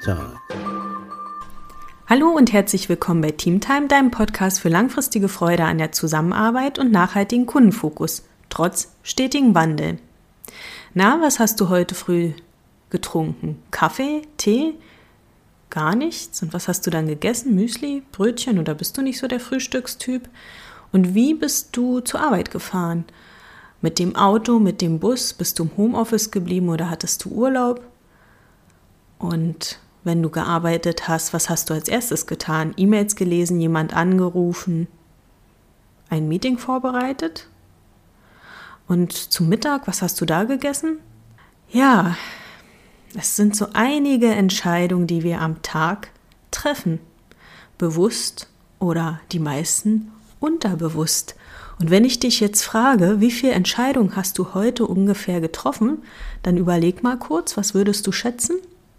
Teamtime. Hallo und herzlich willkommen bei Teamtime, deinem Podcast für langfristige Freude an der Zusammenarbeit und nachhaltigen Kundenfokus, trotz stetigem Wandel. Na, was hast du heute früh getrunken? Kaffee? Tee? Gar nichts? Und was hast du dann gegessen? Müsli? Brötchen? Oder bist du nicht so der Frühstückstyp? Und wie bist du zur Arbeit gefahren? Mit dem Auto, mit dem Bus? Bist du im Homeoffice geblieben oder hattest du Urlaub? Und wenn du gearbeitet hast, was hast du als erstes getan? E-Mails gelesen, jemand angerufen, ein Meeting vorbereitet? Und zum Mittag, was hast du da gegessen? Ja, es sind so einige Entscheidungen, die wir am Tag treffen. Bewusst oder die meisten unterbewusst. Und wenn ich dich jetzt frage, wie viele Entscheidungen hast du heute ungefähr getroffen, dann überleg mal kurz, was würdest du schätzen?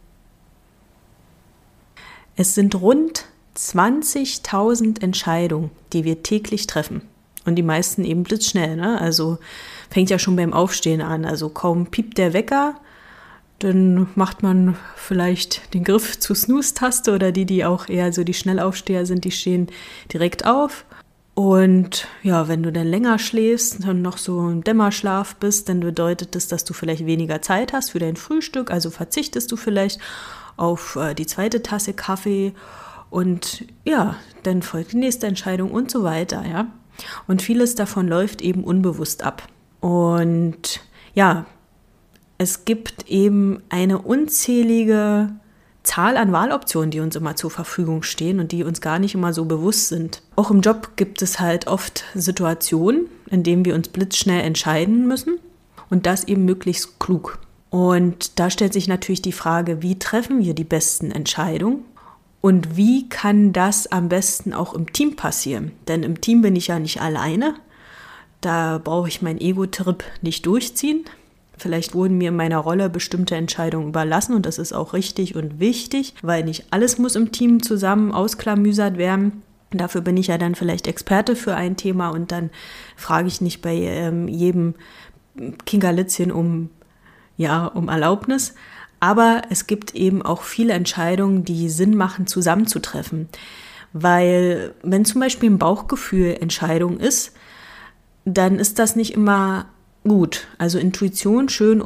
Es sind rund 20.000 Entscheidungen, die wir täglich treffen. Und die meisten eben blitzschnell, ne? Also fängt ja schon beim Aufstehen an. Also kaum piept der Wecker, dann macht man vielleicht den Griff zur Snooze-Taste oder die auch eher so die Schnellaufsteher sind, die stehen direkt auf. Und ja, wenn du dann länger schläfst, dann noch so im Dämmerschlaf bist, dann bedeutet das, dass du vielleicht weniger Zeit hast für dein Frühstück. Also verzichtest du vielleicht auf die zweite Tasse Kaffee und ja, dann folgt die nächste Entscheidung und so weiter, ja. Und vieles davon läuft eben unbewusst ab. Und ja, es gibt eben eine unzählige Zahl an Wahloptionen, die uns immer zur Verfügung stehen und die uns gar nicht immer so bewusst sind. Auch im Job gibt es halt oft Situationen, in denen wir uns blitzschnell entscheiden müssen und das eben möglichst klug. Und da stellt sich natürlich die Frage, wie treffen wir die besten Entscheidungen und wie kann das am besten auch im Team passieren? Denn im Team bin ich ja nicht alleine, da brauche ich meinen Ego-Trip nicht durchziehen. Vielleicht wurden mir in meiner Rolle bestimmte Entscheidungen überlassen und das ist auch richtig und wichtig, weil nicht alles muss im Team zusammen ausklamüsert werden. Dafür bin ich ja dann vielleicht Experte für ein Thema und dann frage ich nicht bei jedem Kinkerlitzchen um Erlaubnis. Aber es gibt eben auch viele Entscheidungen, die Sinn machen, zusammenzutreffen. Weil wenn zum Beispiel ein Bauchgefühl Entscheidung ist, dann ist das nicht immer gut. Also Intuition schön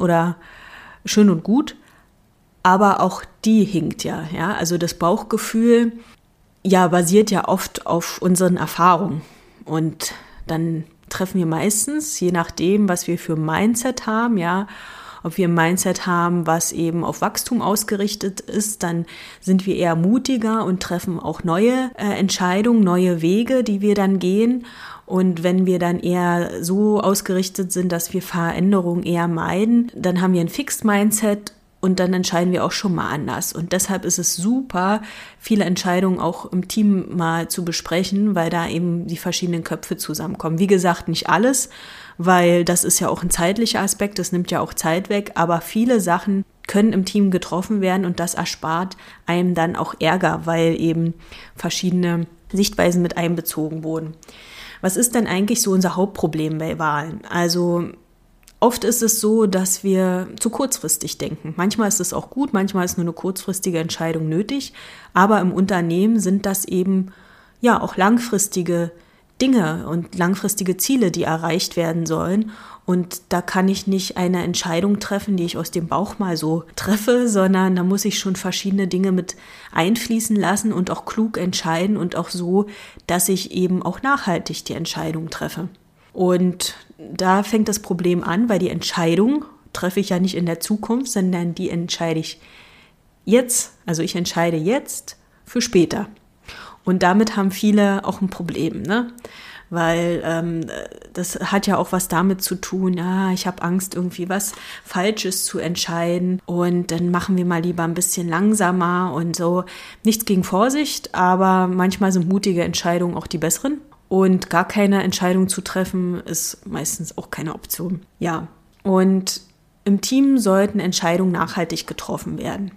und gut, aber auch die hinkt ja. Also das Bauchgefühl basiert ja oft auf unseren Erfahrungen. Und dann treffen wir meistens, je nachdem, was wir für ein Mindset haben, ob wir ein Mindset haben, was eben auf Wachstum ausgerichtet ist, dann sind wir eher mutiger und treffen auch neue Entscheidungen, neue Wege, die wir dann gehen. Und wenn wir dann eher so ausgerichtet sind, dass wir Veränderungen eher meiden, dann haben wir ein Fixed Mindset und dann entscheiden wir auch schon mal anders. Und deshalb ist es super, viele Entscheidungen auch im Team mal zu besprechen, weil da eben die verschiedenen Köpfe zusammenkommen. Wie gesagt, nicht alles, weil das ist ja auch ein zeitlicher Aspekt, das nimmt ja auch Zeit weg, aber viele Sachen können im Team getroffen werden und das erspart einem dann auch Ärger, weil eben verschiedene Sichtweisen mit einbezogen wurden. Was ist denn eigentlich so unser Hauptproblem bei Wahlen? Also oft ist es so, dass wir zu kurzfristig denken. Manchmal ist es auch gut, manchmal ist nur eine kurzfristige Entscheidung nötig, aber im Unternehmen sind das eben auch langfristige Dinge und langfristige Ziele, die erreicht werden sollen. Und da kann ich nicht eine Entscheidung treffen, die ich aus dem Bauch mal so treffe, sondern da muss ich schon verschiedene Dinge mit einfließen lassen und auch klug entscheiden und auch so, dass ich eben auch nachhaltig die Entscheidung treffe. Und da fängt das Problem an, weil die Entscheidung treffe ich ja nicht in der Zukunft, sondern die entscheide ich jetzt. Also ich entscheide jetzt für später. Und damit haben viele auch ein Problem, ne? Weil das hat ja auch was damit zu tun, ich habe Angst, irgendwie was Falsches zu entscheiden und dann machen wir mal lieber ein bisschen langsamer und so. Nichts gegen Vorsicht, aber manchmal sind mutige Entscheidungen auch die besseren und gar keine Entscheidung zu treffen ist meistens auch keine Option. Ja, und im Team sollten Entscheidungen nachhaltig getroffen werden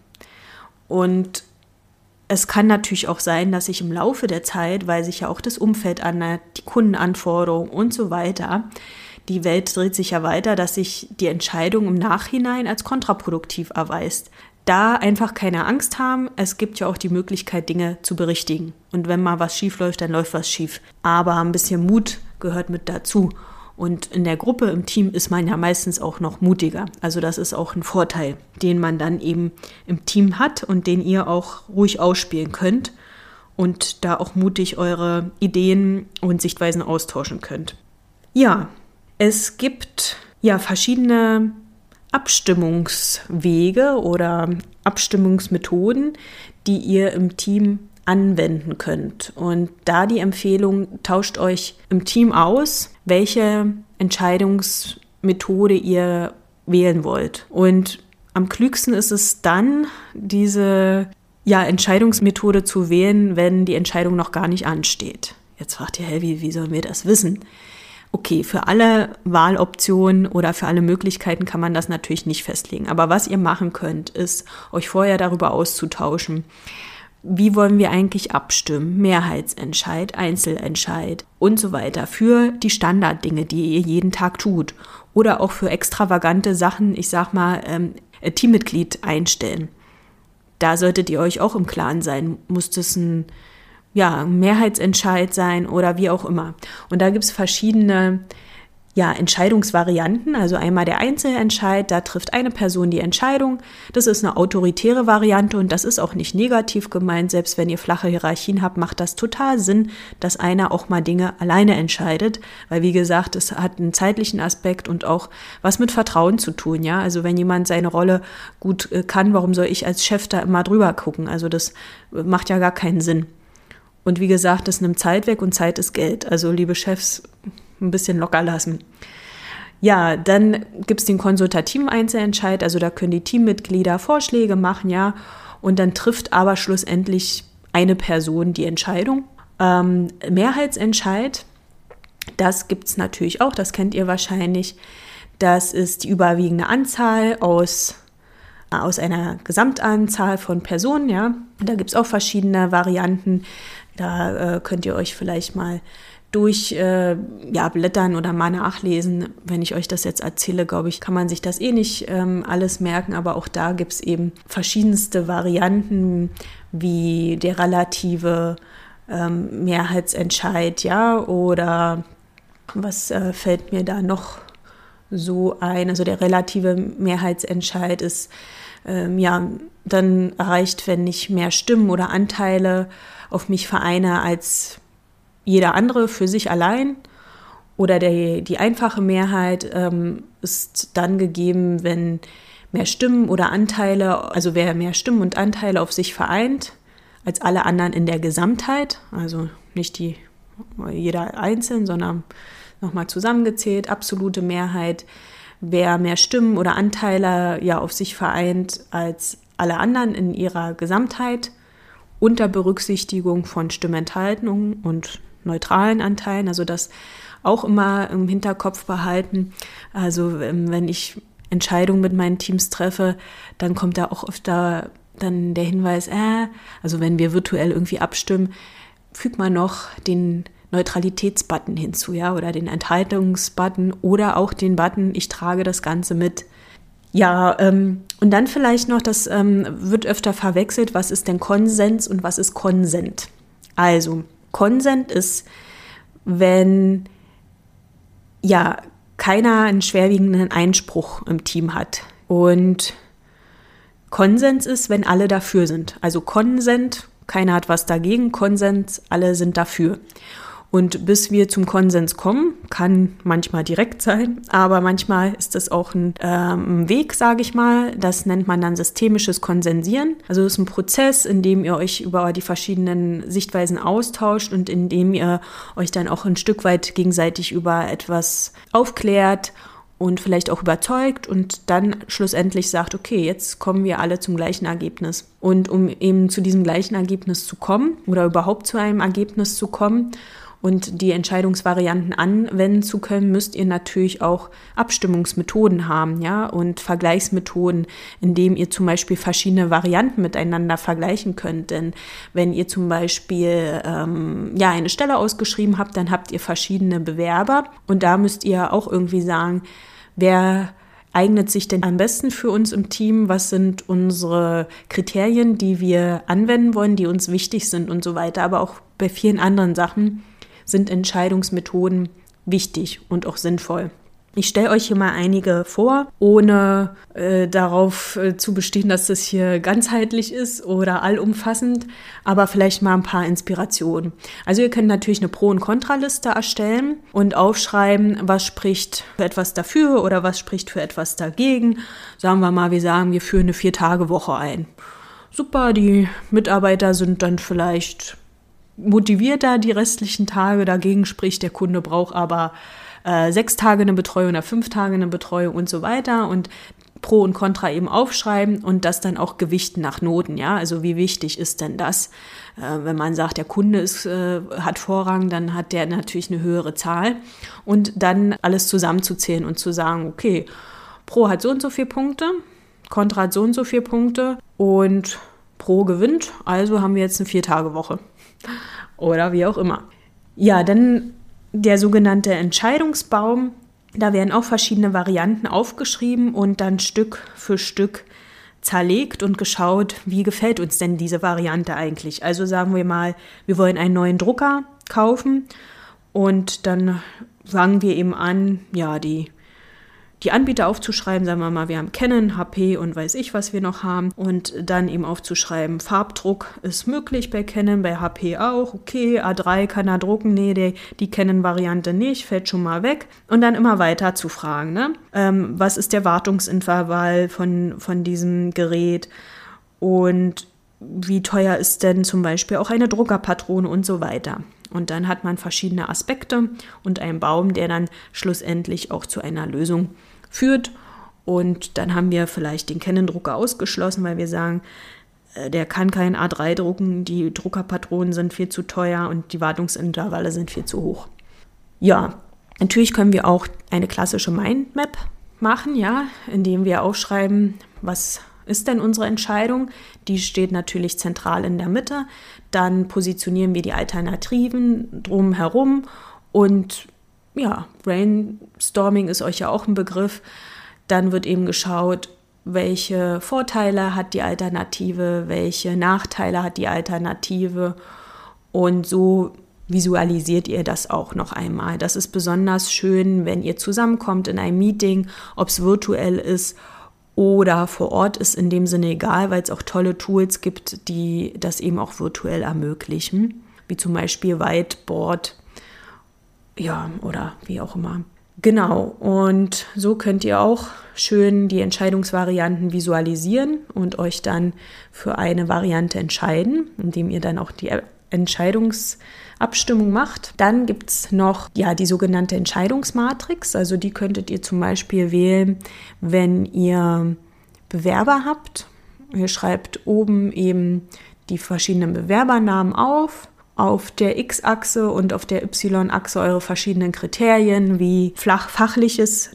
und es kann natürlich auch sein, dass sich im Laufe der Zeit, weil sich ja auch das Umfeld ändert, die Kundenanforderungen und so weiter, die Welt dreht sich ja weiter, dass sich die Entscheidung im Nachhinein als kontraproduktiv erweist. da einfach keine Angst haben. Es gibt ja auch die Möglichkeit, Dinge zu berichtigen. Und wenn mal was schief läuft, dann läuft was schief. Aber ein bisschen Mut gehört mit dazu. Und in der Gruppe, im Team ist man ja meistens auch noch mutiger. Also das ist auch ein Vorteil, den man dann eben im Team hat und den ihr auch ruhig ausspielen könnt und da auch mutig eure Ideen und Sichtweisen austauschen könnt. Ja, es gibt ja verschiedene Abstimmungswege oder Abstimmungsmethoden, die ihr im Team anwenden könnt. Und da die Empfehlung, tauscht euch im Team aus, welche Entscheidungsmethode ihr wählen wollt. Und am klügsten ist es dann, diese Entscheidungsmethode zu wählen, wenn die Entscheidung noch gar nicht ansteht. Jetzt fragt ihr, wie sollen wir das wissen? Okay, für alle Wahloptionen oder für alle Möglichkeiten kann man das natürlich nicht festlegen. Aber was ihr machen könnt, ist, euch vorher darüber auszutauschen. Wie wollen wir eigentlich abstimmen? Mehrheitsentscheid, Einzelentscheid und so weiter. Für die Standarddinge, die ihr jeden Tag tut. Oder auch für extravagante Sachen, ich sag mal, Teammitglied einstellen. Da solltet ihr euch auch im Klaren sein. Muss das ein Mehrheitsentscheid sein oder wie auch immer. Und da gibt es verschiedene Entscheidungsvarianten. Also einmal der Einzelentscheid, da trifft eine Person die Entscheidung. Das ist eine autoritäre Variante und das ist auch nicht negativ gemeint. Selbst wenn ihr flache Hierarchien habt, macht das total Sinn, dass einer auch mal Dinge alleine entscheidet. Weil wie gesagt, es hat einen zeitlichen Aspekt und auch was mit Vertrauen zu tun. Ja, also wenn jemand seine Rolle gut kann, warum soll ich als Chef da immer drüber gucken? Also das macht ja gar keinen Sinn. Und wie gesagt, das nimmt Zeit weg und Zeit ist Geld. Also liebe Chefs, ein bisschen locker lassen. Ja, dann gibt es den konsultativen Einzelentscheid, also da können die Teammitglieder Vorschläge machen, ja, und dann trifft aber schlussendlich eine Person die Entscheidung. Mehrheitsentscheid, das gibt es natürlich auch, das kennt ihr wahrscheinlich. Das ist die überwiegende Anzahl aus einer Gesamtanzahl von Personen, ja. Da gibt es auch verschiedene Varianten. Da könnt ihr euch vielleicht mal blättern oder mal nachlesen. Wenn ich euch das jetzt erzähle, glaube ich, kann man sich das nicht alles merken, aber auch da gibt es eben verschiedenste Varianten, wie der relative Mehrheitsentscheid, ja, oder was fällt mir da noch so ein? Also der relative Mehrheitsentscheid ist dann erreicht, wenn ich mehr Stimmen oder Anteile auf mich vereine als jeder andere für sich allein. Oder die einfache Mehrheit ist dann gegeben, wenn mehr Stimmen oder Anteile, also wer mehr Stimmen und Anteile auf sich vereint, als alle anderen in der Gesamtheit, also nicht jeder einzeln, sondern nochmal zusammengezählt, absolute Mehrheit, wer mehr Stimmen oder Anteile auf sich vereint als alle anderen in ihrer Gesamtheit, unter Berücksichtigung von Stimmenthaltungen und neutralen Anteilen, also das auch immer im Hinterkopf behalten. Also wenn ich Entscheidungen mit meinen Teams treffe, dann kommt da auch oft dann der Hinweis, also wenn wir virtuell irgendwie abstimmen, fügt man noch den Neutralitätsbutton hinzu, ja, oder den Enthaltungsbutton oder auch den Button, ich trage das Ganze mit. Ja, und dann vielleicht noch, das wird öfter verwechselt, was ist denn Konsens und was ist Konsent? Also, Konsent ist, wenn keiner einen schwerwiegenden Einspruch im Team hat. Und Konsens ist, wenn alle dafür sind. Also Konsent, keiner hat was dagegen, Konsens, alle sind dafür. Und bis wir zum Konsens kommen, kann manchmal direkt sein, aber manchmal ist das auch ein Weg, sage ich mal. Das nennt man dann systemisches Konsensieren. Also das ist ein Prozess, in dem ihr euch über die verschiedenen Sichtweisen austauscht und in dem ihr euch dann auch ein Stück weit gegenseitig über etwas aufklärt und vielleicht auch überzeugt und dann schlussendlich sagt, okay, jetzt kommen wir alle zum gleichen Ergebnis. Und um eben zu diesem gleichen Ergebnis zu kommen oder überhaupt zu einem Ergebnis zu kommen und die Entscheidungsvarianten anwenden zu können, müsst ihr natürlich auch Abstimmungsmethoden haben, ja, und Vergleichsmethoden, indem ihr zum Beispiel verschiedene Varianten miteinander vergleichen könnt. Denn wenn ihr zum Beispiel eine Stelle ausgeschrieben habt, dann habt ihr verschiedene Bewerber und da müsst ihr auch irgendwie sagen, wer eignet sich denn am besten für uns im Team? Was sind unsere Kriterien, die wir anwenden wollen, die uns wichtig sind und so weiter. Aber auch bei vielen anderen Sachen sind Entscheidungsmethoden wichtig und auch sinnvoll. Ich stelle euch hier mal einige vor, ohne darauf zu bestehen, dass das hier ganzheitlich ist oder allumfassend, aber vielleicht mal ein paar Inspirationen. Also ihr könnt natürlich eine Pro- und Kontraliste erstellen und aufschreiben, was spricht für etwas dafür oder was spricht für etwas dagegen. Sagen wir führen eine 4-Tage-Woche ein. Super, die Mitarbeiter sind dann vielleicht motivierter die restlichen Tage, dagegen spricht, der Kunde braucht aber 6 Tage eine Betreuung oder 5 Tage eine Betreuung und so weiter und Pro und Contra eben aufschreiben und das dann auch gewichten nach Noten, ja, also wie wichtig ist denn das? Wenn man sagt, der Kunde hat Vorrang, dann hat der natürlich eine höhere Zahl und dann alles zusammenzuzählen und zu sagen, okay, Pro hat so und so viele Punkte, Contra hat so und so viele Punkte und Pro gewinnt, also haben wir jetzt eine 4-Tage-Woche oder wie auch immer. Ja, dann der sogenannte Entscheidungsbaum, da werden auch verschiedene Varianten aufgeschrieben und dann Stück für Stück zerlegt und geschaut, wie gefällt uns denn diese Variante eigentlich. Also sagen wir mal, wir wollen einen neuen Drucker kaufen und dann fangen wir eben an, ja, die Anbieter aufzuschreiben, sagen wir mal, wir haben Canon, HP und weiß ich, was wir noch haben und dann eben aufzuschreiben, Farbdruck ist möglich bei Canon, bei HP auch, okay, A3 kann er drucken, nee, die Canon-Variante nicht, fällt schon mal weg und dann immer weiter zu fragen, ne? Was ist der Wartungsintervall von diesem Gerät und wie teuer ist denn zum Beispiel auch eine Druckerpatrone und so weiter. Und dann hat man verschiedene Aspekte und einen Baum, der dann schlussendlich auch zu einer Lösung führt. Und dann haben wir vielleicht den Canon-Drucker ausgeschlossen, weil wir sagen, der kann kein A3 drucken, die Druckerpatronen sind viel zu teuer und die Wartungsintervalle sind viel zu hoch. Ja, natürlich können wir auch eine klassische Mindmap machen, ja, indem wir aufschreiben, was ist denn unsere Entscheidung? Die steht natürlich zentral in der Mitte. Dann positionieren wir die Alternativen drumherum und ja, Brainstorming ist euch ja auch ein Begriff. Dann wird eben geschaut, welche Vorteile hat die Alternative, welche Nachteile hat die Alternative und so visualisiert ihr das auch noch einmal. Das ist besonders schön, wenn ihr zusammenkommt in einem Meeting, ob es virtuell ist oder vor Ort, ist in dem Sinne egal, weil es auch tolle Tools gibt, die das eben auch virtuell ermöglichen, wie zum Beispiel Whiteboard, ja, oder wie auch immer. Genau, und so könnt ihr auch schön die Entscheidungsvarianten visualisieren und euch dann für eine Variante entscheiden, indem ihr dann auch die Entscheidungsabstimmung macht. Dann gibt es noch die sogenannte Entscheidungsmatrix. Also die könntet ihr zum Beispiel wählen, wenn ihr Bewerber habt. Ihr schreibt oben eben die verschiedenen Bewerbernamen auf der X-Achse und auf der Y-Achse eure verschiedenen Kriterien wie fachliches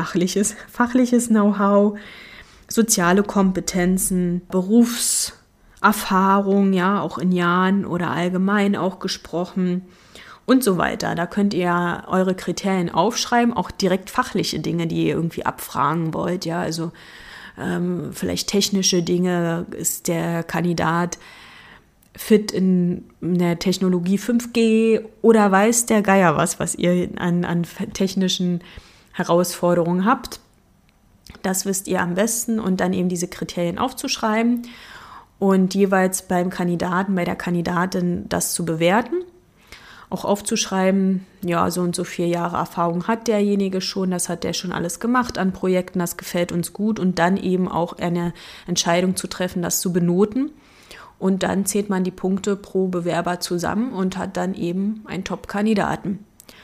Know-how, soziale Kompetenzen, Berufserfahrung, ja, auch in Jahren oder allgemein auch gesprochen und so weiter. Da könnt ihr eure Kriterien aufschreiben, auch direkt fachliche Dinge, die ihr irgendwie abfragen wollt, ja, also vielleicht technische Dinge, ist der Kandidat fit in der Technologie 5G oder weiß der Geier was ihr an technischen Herausforderungen habt. Das wisst ihr am besten und dann eben diese Kriterien aufzuschreiben und jeweils beim Kandidaten, bei der Kandidatin das zu bewerten. Auch aufzuschreiben, ja, so und so 4 Jahre Erfahrung hat derjenige schon, das hat der schon alles gemacht an Projekten, das gefällt uns gut und dann eben auch eine Entscheidung zu treffen, das zu benoten. Und dann zählt man die Punkte pro Bewerber zusammen und hat dann eben einen Top-Kandidaten.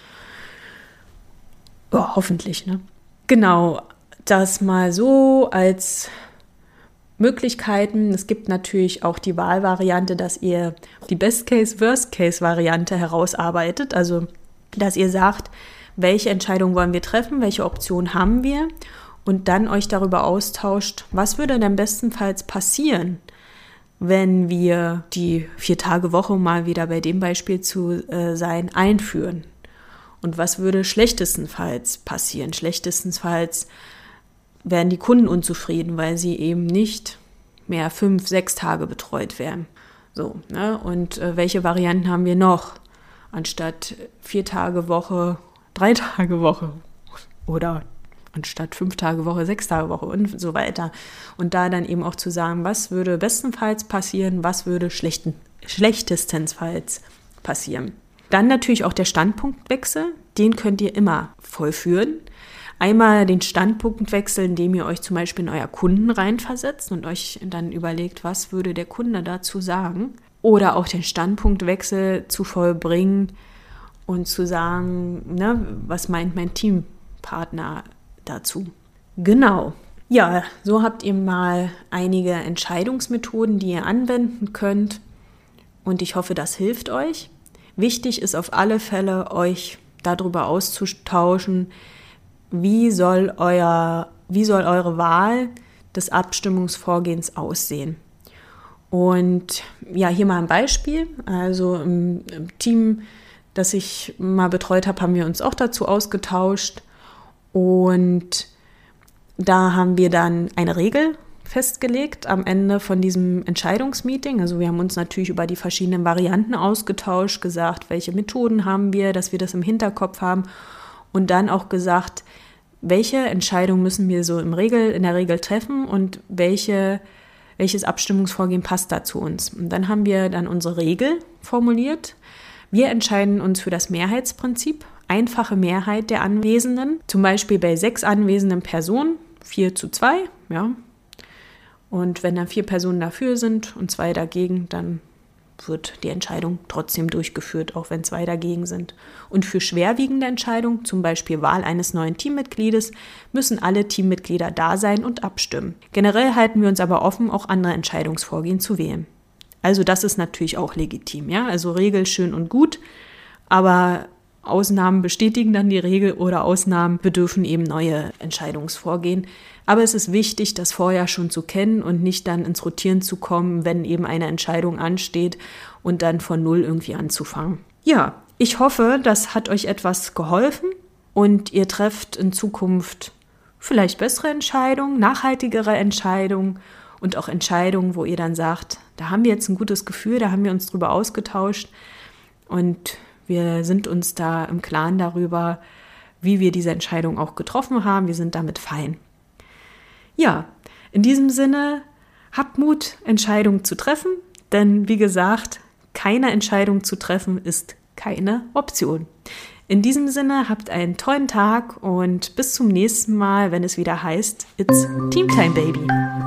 Ja, hoffentlich, ne? Genau, das mal so als Möglichkeiten. Es gibt natürlich auch die Wahlvariante, dass ihr die Best-Case-, Worst-Case-Variante herausarbeitet. Also, dass ihr sagt, welche Entscheidung wollen wir treffen, welche Option haben wir und dann euch darüber austauscht, was würde denn bestenfalls passieren, wenn wir die 4-Tage-Woche, mal wieder bei dem Beispiel zu sein, einführen. Und was würde schlechtestenfalls passieren? Schlechtestenfalls werden die Kunden unzufrieden, weil sie eben nicht mehr 5, 6 Tage betreut werden. So, ne? Und welche Varianten haben wir noch? Anstatt 4 Tage Woche, 3 Tage Woche oder anstatt 5 Tage Woche, 6 Tage Woche und so weiter. Und da dann eben auch zu sagen, was würde bestenfalls passieren, was würde schlechtestenfalls passieren. Dann natürlich auch der Standpunktwechsel, den könnt ihr immer vollführen. Einmal den Standpunktwechsel, indem ihr euch zum Beispiel in euer Kunden reinversetzt und euch dann überlegt, was würde der Kunde dazu sagen. Oder auch den Standpunktwechsel zu vollbringen und zu sagen, ne, was meint mein Teampartner dazu. Genau. Ja, so habt ihr mal einige Entscheidungsmethoden, die ihr anwenden könnt. Und ich hoffe, das hilft euch. Wichtig ist auf alle Fälle, euch darüber auszutauschen, wie soll eure Wahl des Abstimmungsvorgehens aussehen. Und ja, hier mal ein Beispiel. Also im Team, das ich mal betreut habe, haben wir uns auch dazu ausgetauscht. Und da haben wir dann eine Regel festgelegt am Ende von diesem Entscheidungsmeeting. Also wir haben uns natürlich über die verschiedenen Varianten ausgetauscht, gesagt, welche Methoden haben wir, dass wir das im Hinterkopf haben. Und dann auch gesagt, welche Entscheidung müssen wir so in der Regel treffen und welches Abstimmungsvorgehen passt da zu uns. Und dann haben wir dann unsere Regel formuliert. Wir entscheiden uns für das Mehrheitsprinzip, einfache Mehrheit der Anwesenden, zum Beispiel bei 6 anwesenden Personen, 4:2, ja. Und wenn dann 4 Personen dafür sind und 2 dagegen, dann wird die Entscheidung trotzdem durchgeführt, auch wenn 2 dagegen sind. Und für schwerwiegende Entscheidungen, zum Beispiel Wahl eines neuen Teammitgliedes, müssen alle Teammitglieder da sein und abstimmen. Generell halten wir uns aber offen, auch andere Entscheidungsvorgehen zu wählen. Also das ist natürlich auch legitim, ja. Also Regel schön und gut, aber Ausnahmen bestätigen dann die Regel oder Ausnahmen bedürfen eben neue Entscheidungsvorgehen. Aber es ist wichtig, das vorher schon zu kennen und nicht dann ins Rotieren zu kommen, wenn eben eine Entscheidung ansteht und dann von Null irgendwie anzufangen. Ja, ich hoffe, das hat euch etwas geholfen und ihr trefft in Zukunft vielleicht bessere Entscheidungen, nachhaltigere Entscheidungen und auch Entscheidungen, wo ihr dann sagt, da haben wir jetzt ein gutes Gefühl, da haben wir uns drüber ausgetauscht und wir sind uns da im Klaren darüber, wie wir diese Entscheidung auch getroffen haben. Wir sind damit fein. Ja, in diesem Sinne, habt Mut, Entscheidungen zu treffen, denn wie gesagt, keine Entscheidung zu treffen ist keine Option. In diesem Sinne, habt einen tollen Tag und bis zum nächsten Mal, wenn es wieder heißt, It's Teamtime, Baby.